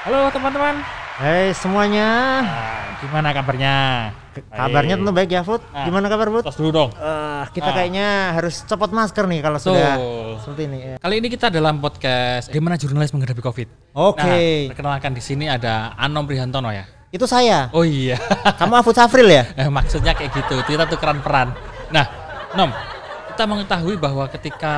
Halo teman-teman. Hai semuanya. Gimana kabarnya? Kabarnya tentu baik ya, Food. Gimana kabar, Food? Tos dulu dong. Kita kayaknya harus copot masker nih kalau sudah seperti ini. Ya. Kali ini kita dalam podcast Gimana Jurnalis Menghadapi Covid. Oke. Nah, perkenalkan di sini ada Anom Prihantono ya. Itu saya. Oh iya. Kamu Afud Safril ya? Maksudnya kayak gitu. Kita tukeran peran. Nah, Nom, kita mengetahui bahwa ketika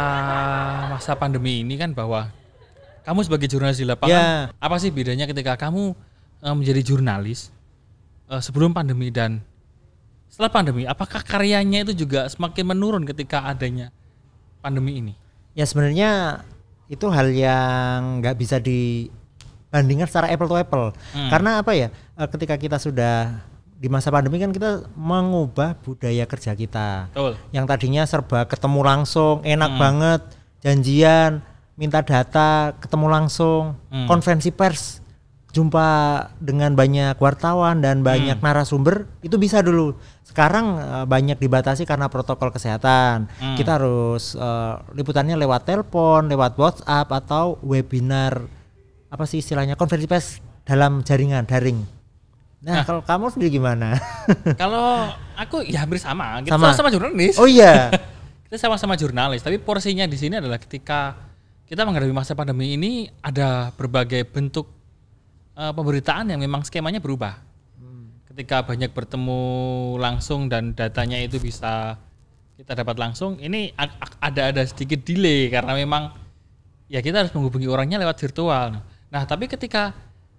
masa pandemi ini kan bahwa kamu sebagai jurnalis di lapangan, apa sih bedanya ketika kamu menjadi jurnalis sebelum pandemi dan setelah pandemi? Apakah karyanya itu juga semakin menurun ketika adanya pandemi ini? Ya sebenarnya itu hal yang nggak bisa dibandingkan secara apple to apple. Karena apa ya? Ketika kita sudah di masa pandemi kan kita mengubah budaya kerja kita. Betul. Yang tadinya serba ketemu langsung, enak banget, janjian, minta data, ketemu langsung, konferensi pers, jumpa dengan banyak wartawan dan banyak narasumber, itu bisa dulu. Sekarang banyak dibatasi karena protokol kesehatan. Kita harus liputannya lewat telepon, lewat WhatsApp atau webinar, apa sih istilahnya, konferensi pers dalam jaringan daring. Nah, kalau kamu sendiri gimana? Kalau aku ya hampir sama. Kita sama-sama jurnalis. Oh iya. Kita sama-sama jurnalis, tapi porsinya di sini adalah ketika kita menghadapi masa pandemi ini ada berbagai bentuk pemberitaan yang memang skemanya berubah. Ketika banyak bertemu langsung dan datanya itu bisa kita dapat langsung, ini ada sedikit delay karena memang ya kita harus menghubungi orangnya lewat virtual. Nah, tapi ketika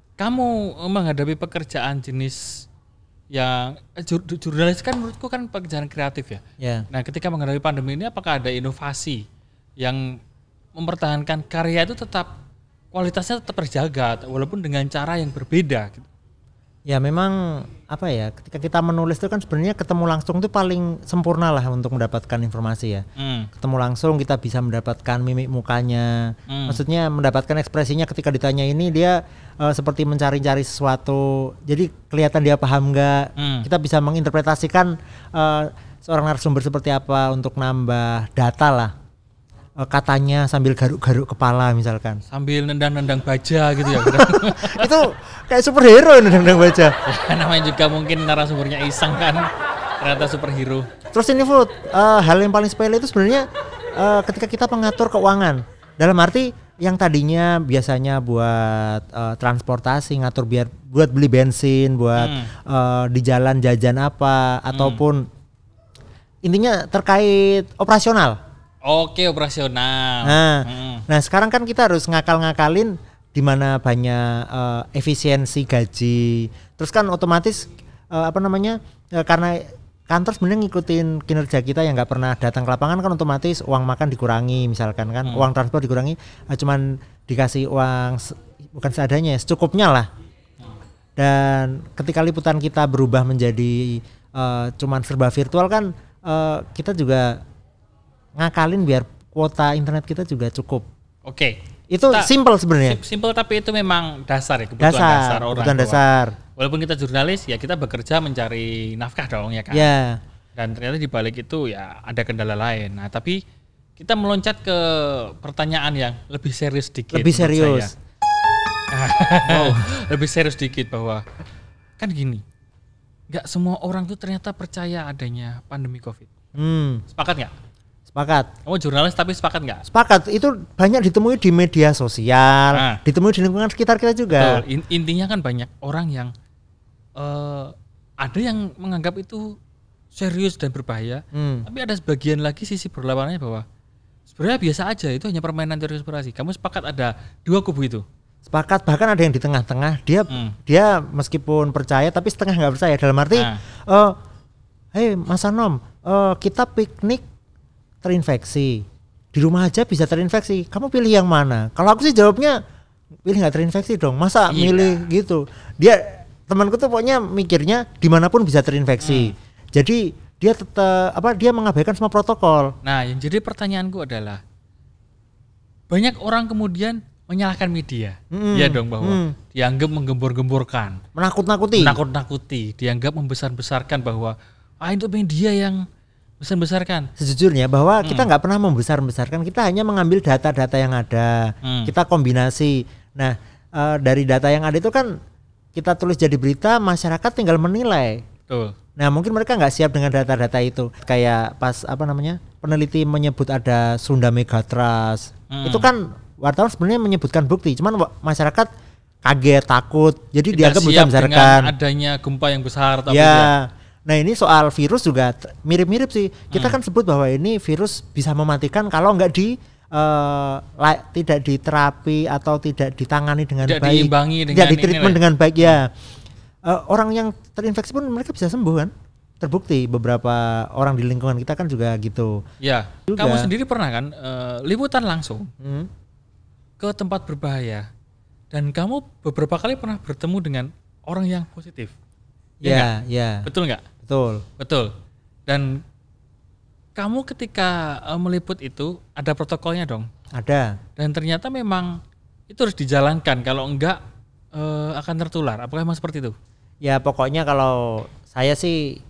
kamu menghadapi pekerjaan jenis yang jurnalis kan menurutku kan pekerjaan kreatif ya. Yeah. Nah, ketika menghadapi pandemi ini apakah ada inovasi yang mempertahankan karya itu tetap kualitasnya tetap terjaga walaupun dengan cara yang berbeda gitu. Ya memang apa ya, ketika kita menulis itu kan sebenarnya ketemu langsung itu paling sempurna lah untuk mendapatkan informasi ya. Ketemu langsung kita bisa mendapatkan mimik mukanya, maksudnya mendapatkan ekspresinya ketika ditanya ini dia seperti mencari-cari sesuatu, jadi kelihatan dia paham nggak. Kita bisa menginterpretasikan seorang narasumber seperti apa untuk nambah data lah. Katanya sambil garuk-garuk kepala misalkan. Sambil nendang-nendang baja gitu ya. Itu kayak superhero nendang-nendang baja. Ya, namanya juga mungkin narasumbernya iseng kan. Ternyata superhero. Terus ini Food, hal yang paling sepele itu sebenarnya ketika kita mengatur keuangan. Dalam arti yang tadinya biasanya buat transportasi, ngatur buat beli bensin, buat di jalan jajan apa, ataupun intinya terkait operasional. Oke, operasional. Nah sekarang kan kita harus ngakal-ngakalin di mana banyak efisiensi gaji. Terus kan otomatis karena kantor sebenarnya ngikutin kinerja kita yang nggak pernah datang ke lapangan kan, otomatis uang makan dikurangi misalkan kan, uang transport dikurangi, cuman dikasih uang bukan seadanya, secukupnya lah. Dan ketika liputan kita berubah menjadi cuman serba virtual kan, kita juga ngakalin biar kuota internet kita juga cukup. Oke. Itu simple sebenarnya. Simple tapi itu memang dasar ya, kebutuhan dasar orang. Kebutuhan dasar. Walaupun kita jurnalis ya kita bekerja mencari nafkah dong ya kan. Ya. Dan ternyata di balik itu ya ada kendala lain. Nah, tapi kita meloncat ke pertanyaan yang lebih serius sedikit. Lebih serius. Lebih serius sedikit bahwa kan gini. Enggak semua orang tuh ternyata percaya adanya pandemi Covid. Sepakat nggak? Sepakat. Kamu jurnalis tapi sepakat nggak? Sepakat. Itu banyak ditemui di media sosial, ditemui di lingkungan sekitar kita juga. Intinya kan banyak orang yang ada yang menganggap itu serius dan berbahaya, tapi ada sebagian lagi sisi berlawannya bahwa sebenarnya biasa aja, itu hanya permainan teori konspirasi. Kamu sepakat ada dua kubu itu? Sepakat, bahkan ada yang di tengah-tengah. Dia meskipun percaya tapi setengah nggak percaya. Dalam arti, hei Mas Anom, kita piknik terinfeksi, di rumah aja bisa terinfeksi, kamu pilih yang mana? Kalau aku sih jawabnya pilih nggak terinfeksi dong, masa milih gitu. Temanku tuh pokoknya mikirnya dimanapun bisa terinfeksi, jadi dia tetap dia mengabaikan semua protokol. Nah, yang jadi pertanyaanku adalah banyak orang kemudian menyalahkan media, ya dong, bahwa dianggap menggembor-gemborkan, menakut-nakuti, dianggap membesar-besarkan bahwa itu media yang besar-besarkan. Sejujurnya bahwa kita nggak pernah membesar-besarkan, kita hanya mengambil data-data yang ada, kita kombinasi. Nah, dari data yang ada itu kan kita tulis jadi berita, masyarakat tinggal menilai. Betul. Nah mungkin mereka nggak siap dengan data-data itu. Kayak pas peneliti menyebut ada Sunda Megatrust, itu kan wartawan sebenarnya menyebutkan bukti, cuman masyarakat kaget, takut, jadi Tidak dianggap berita siap membesarkan. dengan adanya gempa yang besar. Ya. Nah ini soal virus juga mirip-mirip sih. Kita kan sebut bahwa ini virus bisa mematikan kalau nggak tidak diterapi atau tidak ditangani dengan tidak baik, diimbangi dengan tidak ditreatment dengan baik ya. Orang yang terinfeksi pun mereka bisa sembuh kan? Terbukti beberapa orang di lingkungan kita kan juga gitu. Ya. Juga. Kamu sendiri pernah kan liputan langsung ke tempat berbahaya dan kamu beberapa kali pernah bertemu dengan orang yang positif. Ya. Betul nggak? Betul. Dan kamu ketika meliput itu ada protokolnya dong? Ada. Dan ternyata memang itu harus dijalankan, kalau enggak akan tertular. Apakah memang seperti itu? Ya pokoknya kalau saya sih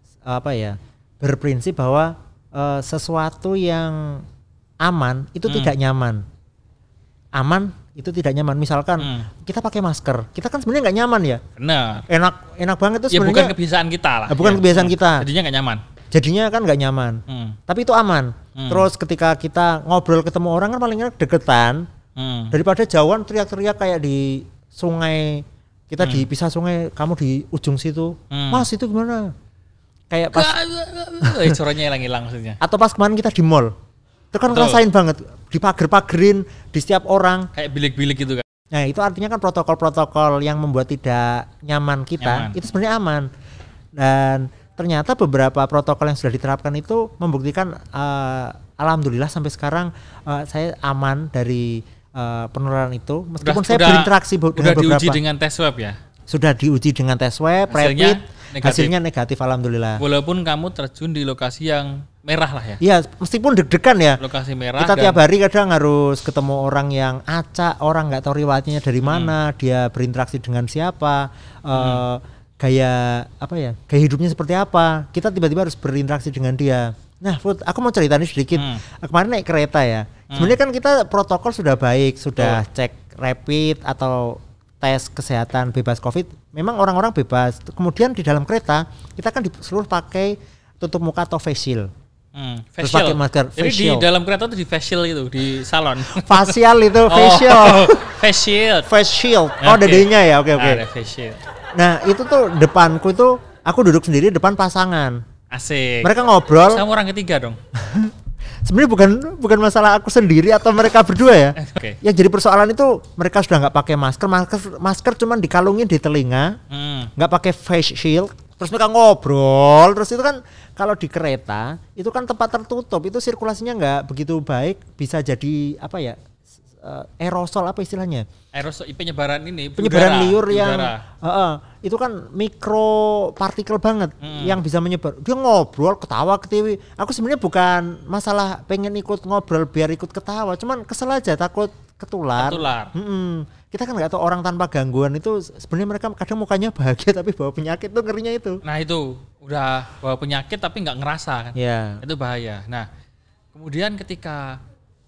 berprinsip bahwa sesuatu yang aman itu tidak nyaman. Aman itu tidak nyaman. Misalkan kita pakai masker, kita kan sebenarnya nggak nyaman ya. Benar. Enak banget itu Ya sebenarnya. bukan kebiasaan kita lah. Bukan kebiasaan kita. Jadinya nggak nyaman. Jadinya kan nggak nyaman. Tapi itu aman. Terus ketika kita ngobrol ketemu orang kan paling enak deketan daripada jauhan teriak-teriak kayak di sungai. Kita dipisah sungai, kamu di ujung situ. Mas itu gimana? Kayak pas suaranya hilang maksudnya. Atau pas kemarin kita di mall. Itu kan ngerasain banget, dipager-pagerin di setiap orang. Kayak bilik-bilik gitu kan. Nah itu artinya kan protokol-protokol yang membuat tidak nyaman kita, itu sebenarnya aman. Dan ternyata beberapa protokol yang sudah diterapkan itu membuktikan alhamdulillah sampai sekarang saya aman dari penularan itu. Meskipun saya berinteraksi dengan beberapa. Sudah diuji dengan tes swab ya? Sudah diuji dengan tes swab, rapid, hasilnya negatif alhamdulillah. Walaupun kamu terjun di lokasi yang merah lah ya? Iya, meskipun deg-degan ya. Lokasi merah. Kita tiap hari kadang harus ketemu orang yang acak, orang nggak tahu riwayatnya dari mana, dia berinteraksi dengan siapa, gaya hidupnya seperti apa. Kita tiba-tiba harus berinteraksi dengan dia. Nah, Fud, aku mau cerita nih sedikit. Kemarin naik kereta ya. Sebenarnya kan kita protokol sudah baik, sudah cek rapid atau tes kesehatan bebas COVID. Memang orang-orang bebas. Kemudian di dalam kereta kita kan disuruh pakai tutup muka atau face shield. Terus pakai masker. Jadi di dalam kereta itu di facial itu, di salon. Facial itu facial. Face shield. Oh, ada D-nya ya. Oke. Ada face shield. Nah, itu tuh depanku itu aku duduk sendiri depan pasangan. Asik. Mereka ngobrol. Sama orang ketiga dong. Sebenarnya bukan masalah aku sendiri atau mereka berdua ya. Okay. Ya jadi persoalan itu mereka sudah nggak pakai masker cuman dikalungin di telinga, nggak pakai face shield. Terus mereka ngobrol, terus itu kan kalau di kereta itu kan tempat tertutup, itu sirkulasinya nggak begitu baik, bisa jadi aerosol apa istilahnya? Aerosol penyebaran penyebaran liur yang itu kan mikropartikel banget yang bisa menyebar. Dia ngobrol, ketawa, ketiwi. Aku sebenarnya bukan masalah pengen ikut ngobrol biar ikut ketawa, cuman kesel aja takut ketular. Kita kan nggak tahu orang tanpa gangguan itu sebenarnya mereka kadang mukanya bahagia tapi bawa penyakit tuh, ngerinya itu. Nah itu udah bawa penyakit tapi nggak ngerasa kan? Yeah. Itu bahaya. Nah kemudian ketika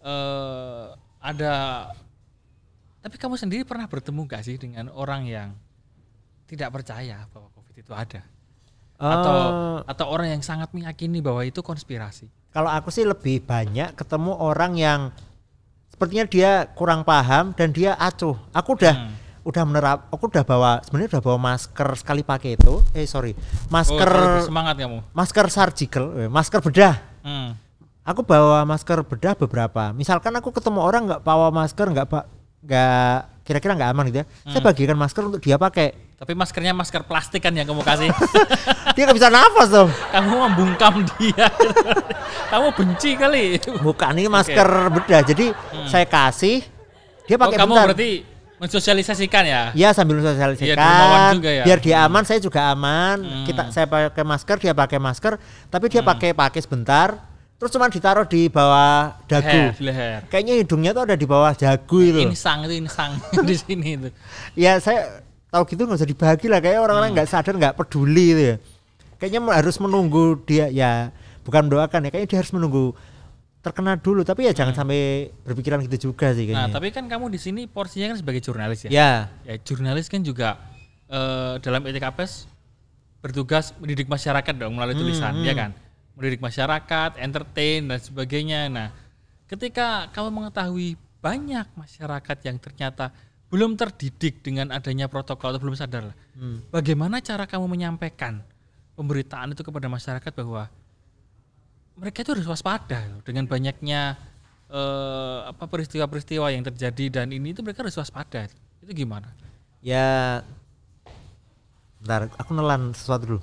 tapi kamu sendiri pernah bertemu gak sih dengan orang yang tidak percaya bahwa COVID itu ada? Atau orang yang sangat meyakini bahwa itu konspirasi? Kalau aku sih lebih banyak ketemu orang yang sepertinya dia kurang paham dan dia acuh. Aku udah bawa masker sekali pakai itu. Masker semangat kamu. Masker surgical, masker bedah. Aku bawa masker bedah beberapa. Misalkan aku ketemu orang nggak bawa masker, nggak kira-kira nggak aman gitu ya. Saya bagikan masker untuk dia pakai. Tapi maskernya masker plastik kan yang kamu kasih. Dia nggak bisa nafas dong. Kamu membungkam dia. Kamu benci kali. Bukan, ini masker bedah. Jadi saya kasih, dia pakai kamu bentar. Berarti mensosialisasikan ya? Iya, sambil mensosialisasikan. Ya, juga ya. Biar dia aman, saya juga aman. Saya pakai masker, dia pakai masker, tapi dia pakai sebentar. Terus cuma ditaruh di bawah dagu. Leher. Kayaknya hidungnya tuh ada di bawah dagu itu. Insang di sini itu. Ya saya tahu gitu nggak usah dibagi lah. Kayaknya orang-orang nggak sadar, nggak peduli itu ya. Kayaknya harus menunggu dia ya. Bukan mendoakan ya. Kayaknya dia harus menunggu terkena dulu, tapi ya jangan sampai berpikiran gitu juga sih kayaknya. Nah, tapi kan kamu di sini porsinya kan sebagai jurnalis ya. Ya. Ya, jurnalis kan juga dalam etika pers bertugas mendidik masyarakat dong melalui tulisan, ya kan? Mendidik masyarakat, entertain dan sebagainya. Nah, ketika kamu mengetahui banyak masyarakat yang ternyata belum terdidik dengan adanya protokol atau belum sadar lah. Bagaimana cara kamu menyampaikan pemberitaan itu kepada masyarakat bahwa mereka itu harus waspada dengan banyaknya peristiwa-peristiwa yang terjadi dan ini itu mereka harus waspada. Itu gimana? Ya, bentar, aku nelan sesuatu dulu.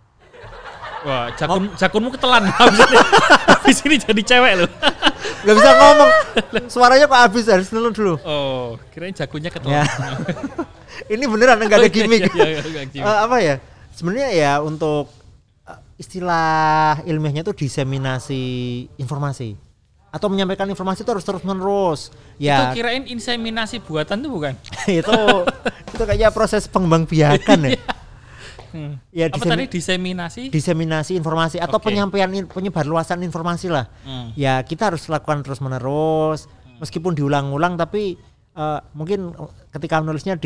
Wah, jakunmu ketelan habis ini jadi cewek loh. Gak bisa ngomong, suaranya kok habis, harus nelen dulu. Oh, kirain jakunnya ketelan. Ya. Ini beneran nggak ada gimmick. Apa ya? Sebenarnya ya untuk istilah ilmiahnya itu diseminasi informasi atau menyampaikan informasi itu harus terus menerus. Ya. Itu kirain inseminasi buatan tuh bukan? itu kayaknya proses pengembangbiakan ya. Ya, apa tadi diseminasi informasi atau penyebarluasan informasi lah. Ya kita harus lakukan terus menerus meskipun diulang-ulang, tapi mungkin ketika menulisnya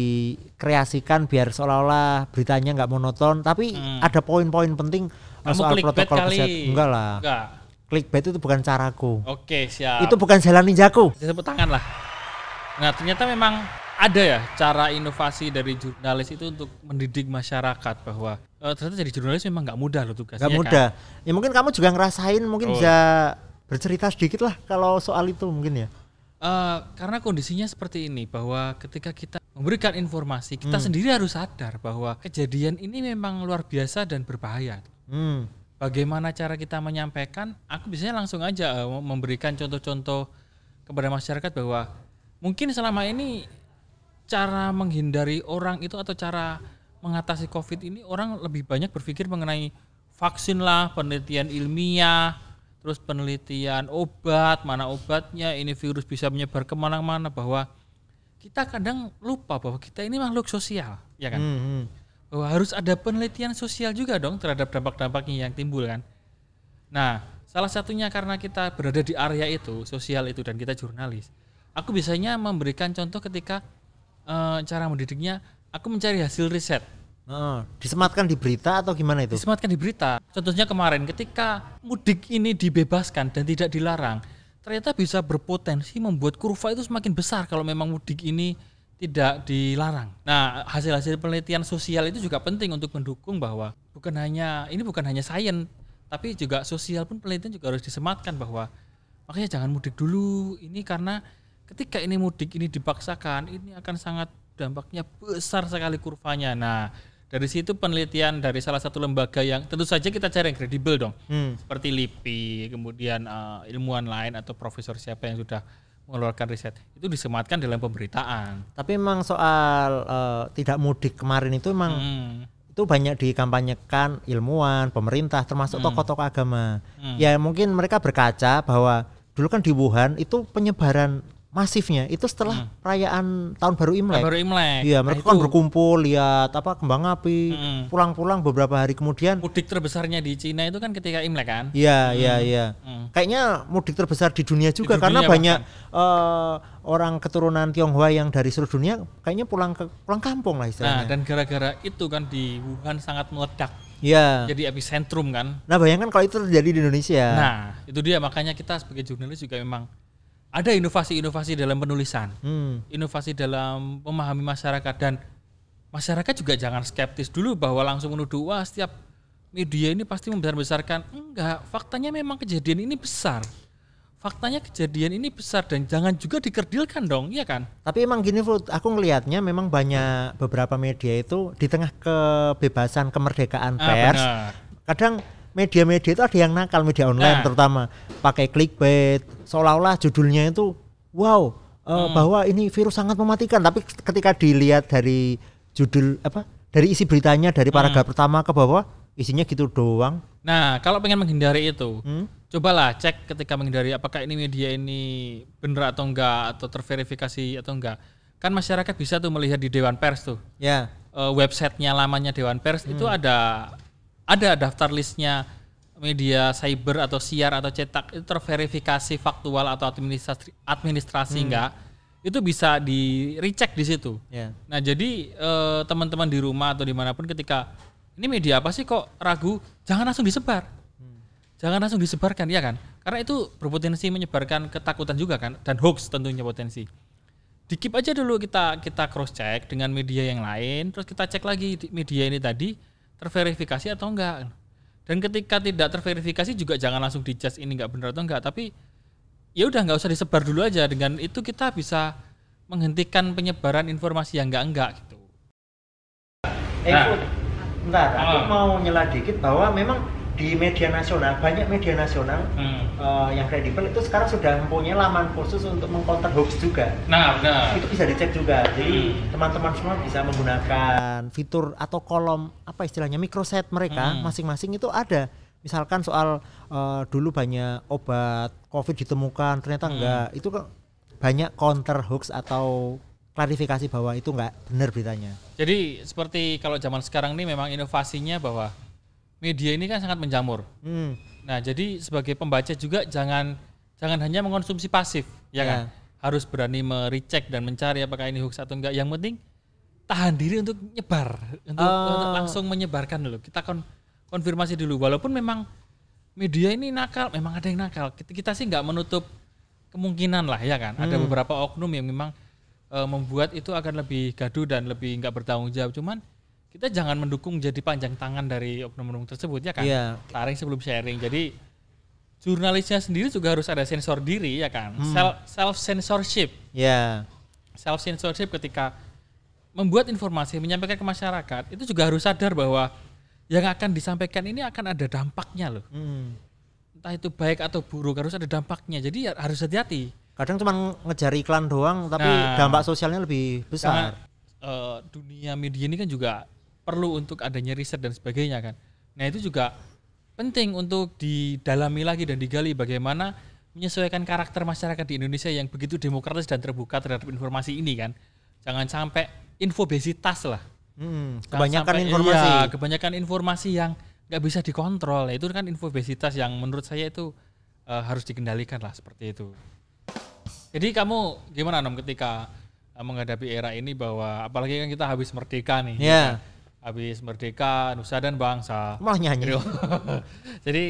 dikreasikan biar seolah-olah beritanya nggak monoton, tapi ada poin-poin penting soal protokol kesehatan. Enggak lah. Clickbait itu bukan caraku. Oke, siap. Itu bukan jalan ninjaku. Tepuk tangan lah. Nah, ternyata memang ada ya cara inovasi dari jurnalis itu untuk mendidik masyarakat bahwa ternyata jadi jurnalis memang nggak mudah loh tugasnya. Nggak mudah. Kan? Ya mungkin kamu juga ngerasain, mungkin bisa bercerita sedikit lah kalau soal itu mungkin ya. Karena kondisinya seperti ini bahwa ketika kita memberikan informasi kita sendiri harus sadar bahwa kejadian ini memang luar biasa dan berbahaya. Bagaimana cara kita menyampaikan? Aku biasanya langsung aja memberikan contoh-contoh kepada masyarakat bahwa mungkin selama ini cara menghindari orang itu atau cara mengatasi COVID ini orang lebih banyak berpikir mengenai vaksin lah, penelitian ilmiah, terus penelitian obat, mana obatnya, ini virus bisa menyebar kemana-mana, bahwa kita kadang lupa bahwa kita ini makhluk sosial, ya kan? Bahwa harus ada penelitian sosial juga dong terhadap dampak-dampaknya yang timbul kan. Nah, salah satunya karena kita berada di area itu, sosial itu, dan kita jurnalis. Aku biasanya memberikan contoh ketika cara mendidiknya, aku mencari hasil riset. Disematkan di berita atau gimana itu? Disematkan di berita. Contohnya kemarin ketika mudik ini dibebaskan dan tidak dilarang, ternyata bisa berpotensi membuat kurva itu semakin besar kalau memang mudik ini tidak dilarang. Nah, hasil-hasil penelitian sosial itu juga penting untuk mendukung bahwa bukan hanya sains, tapi juga sosial pun penelitian juga harus disematkan bahwa makanya jangan mudik dulu ini karena ketika ini mudik ini dipaksakan, ini akan sangat dampaknya besar sekali kurvanya. Nah, dari situ penelitian dari salah satu lembaga yang tentu saja kita cari yang kredibel dong, seperti LIPI, kemudian ilmuwan lain atau profesor siapa yang sudah mengeluarkan riset, itu disematkan dalam pemberitaan. Tapi memang soal tidak mudik kemarin itu memang itu banyak dikampanyekan ilmuwan, pemerintah, termasuk tokoh-tokoh agama. Ya mungkin mereka berkaca bahwa dulu kan di Wuhan itu penyebaran masifnya itu setelah perayaan tahun baru Imlek. Iya, mereka kan berkumpul lihat kembang api, pulang-pulang beberapa hari kemudian. Mudik terbesarnya di Cina itu kan ketika Imlek kan? Iya. Kayaknya mudik terbesar di dunia juga karena banyak orang keturunan Tionghoa yang dari seluruh dunia kayaknya pulang kampung lah istilahnya. Nah, dan gara-gara itu kan di Wuhan sangat meledak. Iya. Jadi epicentrum kan. Nah, bayangkan kalau itu terjadi di Indonesia. Nah, itu dia makanya kita sebagai jurnalis juga memang ada inovasi-inovasi dalam penulisan, inovasi dalam memahami masyarakat, dan masyarakat juga jangan skeptis dulu bahwa langsung menuduh wah setiap media ini pasti membesar-besarkan. Enggak, faktanya memang kejadian ini besar. Faktanya kejadian ini besar dan jangan juga dikerdilkan dong, iya kan? Tapi emang gini Fud, aku ngelihatnya memang banyak beberapa media itu di tengah kebebasan kemerdekaan pers. Benar. Kadang media-media itu ada yang nakal, media online terutama pakai clickbait seolah-olah judulnya itu bahwa ini virus sangat mematikan, tapi ketika dilihat dari judul dari isi beritanya dari paragraf pertama ke bawah isinya gitu doang. Nah, kalau pengen menghindari itu cobalah cek ketika menghindari apakah ini media ini benar atau enggak atau terverifikasi atau enggak. Kan masyarakat bisa tuh melihat di Dewan Pers tuh. Ya. Websitenya lamanya Dewan Pers itu ada daftar listnya media cyber atau siar atau cetak itu terverifikasi faktual atau administrasi enggak, itu bisa di recheck di situ. Yeah. Nah jadi teman-teman di rumah atau dimanapun ketika ini media apa sih kok ragu, jangan langsung disebar, jangan langsung disebarkan ya kan, karena itu berpotensi menyebarkan ketakutan juga kan, dan hoax tentunya potensi. Dikip aja dulu kita cross check dengan media yang lain, terus kita cek lagi media ini tadi terverifikasi atau enggak. Dan ketika tidak terverifikasi juga jangan langsung dijudge ini enggak benar atau enggak, tapi ya udah enggak usah disebar dulu aja. Dengan itu kita bisa menghentikan penyebaran informasi yang enggak gitu. Bentar, aku mau nyela dikit bahwa memang di media nasional, banyak media nasional yang kredibel itu sekarang sudah mempunyai laman khusus untuk mengcounter hoax juga. Nah, benar. Itu bisa dicek juga. Jadi teman-teman semua bisa menggunakan fitur atau kolom apa istilahnya microsite mereka masing-masing itu ada. Misalkan soal dulu banyak obat COVID ditemukan, ternyata enggak. Itu banyak counter hoax atau klarifikasi bahwa itu enggak benar beritanya. Jadi seperti kalau zaman sekarang ini memang inovasinya bahwa media ini kan sangat menjamur. Nah, jadi sebagai pembaca juga jangan hanya mengkonsumsi pasif, ya kan? Harus berani merecek dan mencari apakah ini hoax atau enggak. Yang penting tahan diri untuk nyebar, untuk langsung menyebarkan dulu. Kita konfirmasi dulu. Walaupun memang media ini nakal, memang ada yang nakal. Kita sih nggak menutup kemungkinan lah, ya kan? Ada beberapa oknum yang memang membuat itu akan lebih gaduh dan lebih nggak bertanggung jawab. Cuman kita jangan mendukung jadi panjang tangan dari oknum-oknum tersebut ya kan. Saring sebelum sharing. Jadi jurnalisnya sendiri juga harus ada sensor diri ya kan. Self censorship. Self censorship ketika membuat informasi menyampaikan ke masyarakat itu juga harus sadar bahwa yang akan disampaikan ini akan ada dampaknya loh. Entah itu baik atau buruk harus ada dampaknya. Jadi harus hati-hati. Kadang cuma ngejar iklan doang tapi dampak sosialnya lebih besar. Karena, dunia media ini kan juga perlu untuk adanya riset dan sebagainya kan. Nah itu juga penting untuk didalami lagi dan digali bagaimana menyesuaikan karakter masyarakat di Indonesia yang begitu demokratis dan terbuka terhadap informasi ini kan. Jangan sampai infobesitas lah. Kebanyakan informasi. Iya, kebanyakan informasi yang nggak bisa dikontrol. Itu kan infobesitas yang menurut saya itu harus dikendalikan lah seperti itu. Jadi kamu gimana Nom ketika menghadapi era ini bahwa apalagi kan kita habis merdeka nih. Iya. Habis merdeka, nusa dan bangsa. Malah nyanyi. Jadi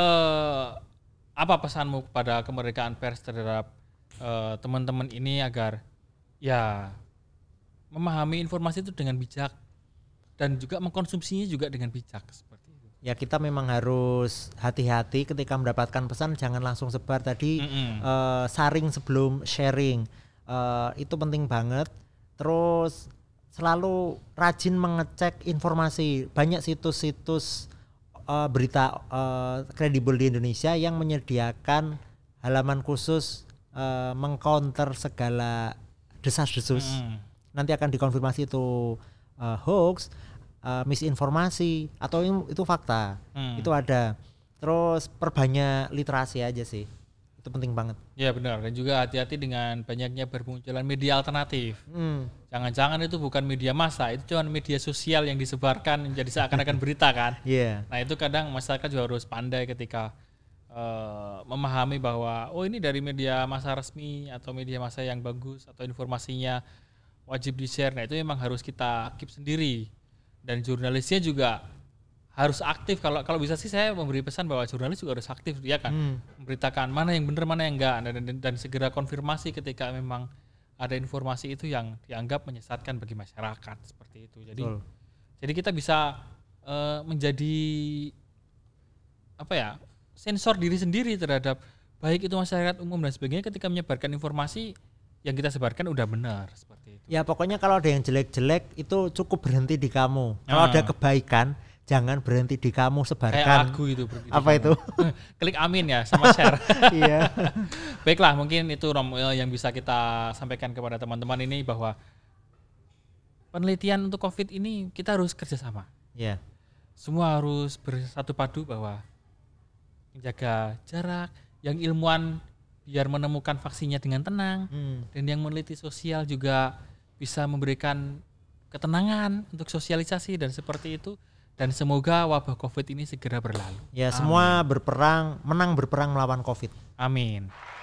apa pesanmu kepada kemerdekaan pers terhadap teman-teman ini agar ya memahami informasi itu dengan bijak dan juga mengkonsumsinya juga dengan bijak seperti itu. Ya kita memang harus hati-hati ketika mendapatkan pesan, jangan langsung sebar tadi. Saring sebelum sharing itu penting banget. Terus selalu rajin mengecek informasi. Banyak situs-situs berita kredibel di Indonesia yang menyediakan halaman khusus mengcounter segala desas-desus. Nanti akan dikonfirmasi itu hoax, misinformasi atau itu fakta. Itu ada. Terus perbanyak literasi aja sih. Itu penting banget. Ya benar, dan juga hati-hati dengan banyaknya bermunculan media alternatif. Jangan-jangan itu bukan media massa, itu cuma media sosial yang disebarkan menjadi seakan-akan berita kan. Nah itu kadang masyarakat juga harus pandai ketika memahami bahwa oh ini dari media massa resmi atau media massa yang bagus atau informasinya wajib di-share. Nah itu memang harus kita keep sendiri. Dan jurnalisnya juga harus aktif. Kalau bisa sih saya memberi pesan bahwa jurnalis juga harus aktif ya kan, memberitakan mana yang benar mana yang enggak dan segera konfirmasi ketika memang ada informasi itu yang dianggap menyesatkan bagi masyarakat seperti itu. Jadi kita bisa menjadi apa ya, sensor diri sendiri terhadap baik itu masyarakat umum dan sebagainya ketika menyebarkan informasi yang kita sebarkan udah benar seperti itu. Ya pokoknya kalau ada yang jelek-jelek itu cukup berhenti di kamu. Kalau ada kebaikan jangan berhenti di kamu, sebarkan. Kayak lagu itu. Apa itu? Klik amin ya sama share. Iya. Baiklah, mungkin itu yang bisa kita sampaikan kepada teman-teman ini bahwa penelitian untuk COVID ini kita harus kerjasama. Iya. Semua harus bersatu padu bahwa menjaga jarak, yang ilmuwan biar menemukan vaksinnya dengan tenang, dan yang meneliti sosial juga bisa memberikan ketenangan untuk sosialisasi dan seperti itu. dan semoga wabah Covid ini segera berlalu. Ya, semua menang berperang melawan Covid. Amin.